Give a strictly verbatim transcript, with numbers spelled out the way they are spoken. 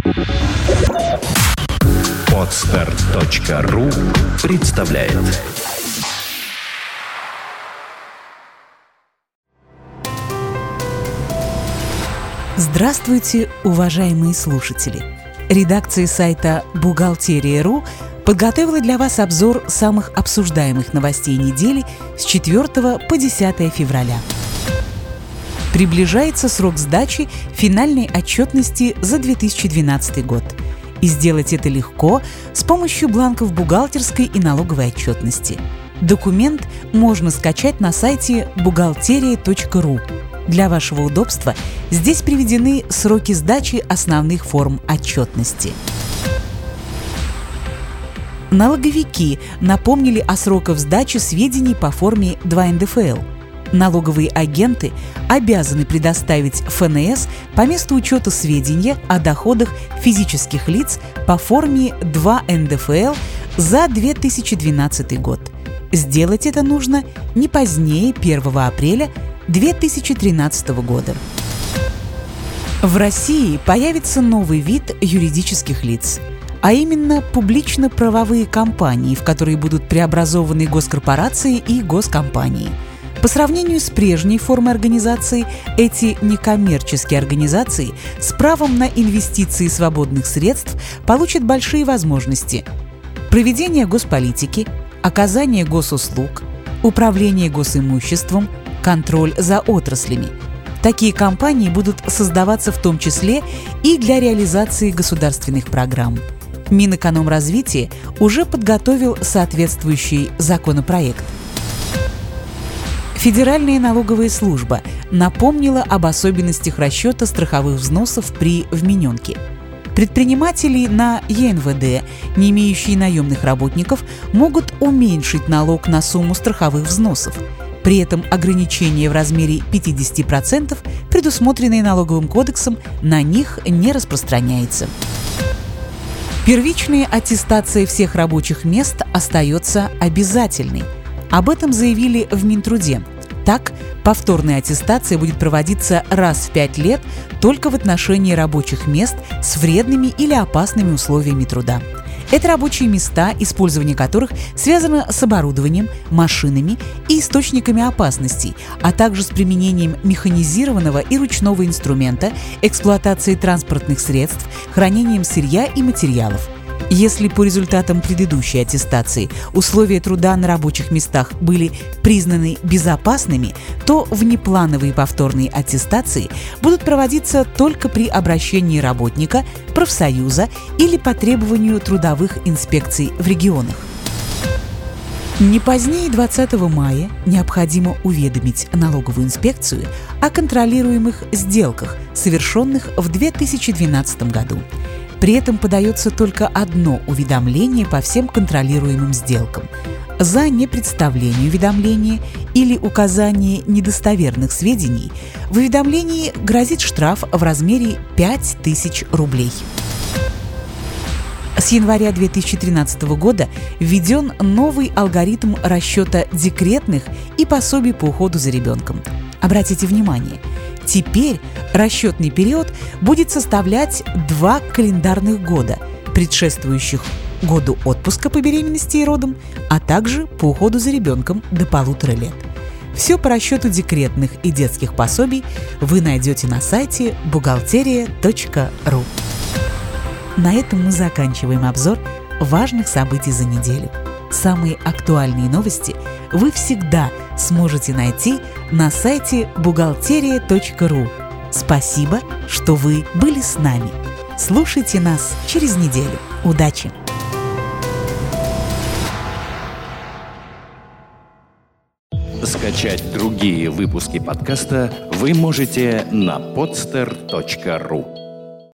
Подстер точка ру представляет. Здравствуйте, уважаемые слушатели! Редакция сайта «Бухгалтерия точка ру» подготовила для вас обзор самых обсуждаемых новостей недели с четвёртого по десятое февраля. Приближается срок сдачи финальной отчетности за две тысячи двенадцатый год. И сделать это легко с помощью бланков бухгалтерской и налоговой отчетности. Документ можно скачать на сайте бухгалтерия точка ру. Для вашего удобства здесь приведены сроки сдачи основных форм отчетности. Налоговики напомнили о сроках сдачи сведений по форме два эн дэ эф эл. Налоговые агенты обязаны предоставить эф эн эс по месту учета сведения о доходах физических лиц по форме два эн дэ эф эл за две тысячи двенадцатый год. Сделать это нужно не позднее первого апреля две тысячи тринадцатого года. В России появится новый вид юридических лиц, а именно публично-правовые компании, в которые будут преобразованы госкорпорации и госкомпании. По сравнению с прежней формой организации, эти некоммерческие организации с правом на инвестиции свободных средств получат большие возможности: проведение госполитики, оказание госуслуг, управление госимуществом, контроль за отраслями. Такие компании будут создаваться в том числе и для реализации государственных программ. Минэкономразвития уже подготовил соответствующий законопроект. Федеральная налоговая служба напомнила об особенностях расчета страховых взносов при вмененке. Предприниматели на е эн вэ дэ, не имеющие наемных работников, могут уменьшить налог на сумму страховых взносов. При этом ограничение в размере пятьдесят процентов, предусмотренное налоговым кодексом, на них не распространяется. Первичная аттестация всех рабочих мест остается обязательной. Об этом заявили в Минтруде. Так, повторная аттестация будет проводиться раз в пять лет только в отношении рабочих мест с вредными или опасными условиями труда. Это рабочие места, использование которых связано с оборудованием, машинами и источниками опасностей, а также с применением механизированного и ручного инструмента, эксплуатацией транспортных средств, хранением сырья и материалов. Если по результатам предыдущей аттестации условия труда на рабочих местах были признаны безопасными, то внеплановые повторные аттестации будут проводиться только при обращении работника, профсоюза или по требованию трудовых инспекций в регионах. Не позднее двадцатого мая необходимо уведомить налоговую инспекцию о контролируемых сделках, совершенных в две тысячи двенадцатом году. При этом подается только одно уведомление по всем контролируемым сделкам. За непредставление уведомления или указание недостоверных сведений в уведомлении грозит штраф в размере пять тысяч рублей. С января две тысячи тринадцатого года введен новый алгоритм расчета декретных и пособий по уходу за ребенком. Обратите внимание, теперь расчетный период будет составлять два календарных года, предшествующих году отпуска по беременности и родам, а также по уходу за ребенком до полутора лет. Все по расчету декретных и детских пособий вы найдете на сайте бухгалтерия точка ру. На этом мы заканчиваем обзор важных событий за неделю. Самые актуальные новости вы всегда сможете найти на сайте бухгалтерия точка ру. Спасибо, что вы были с нами. Слушайте нас через неделю. Удачи! Скачать другие выпуски подкаста вы можете на подстер точка ру.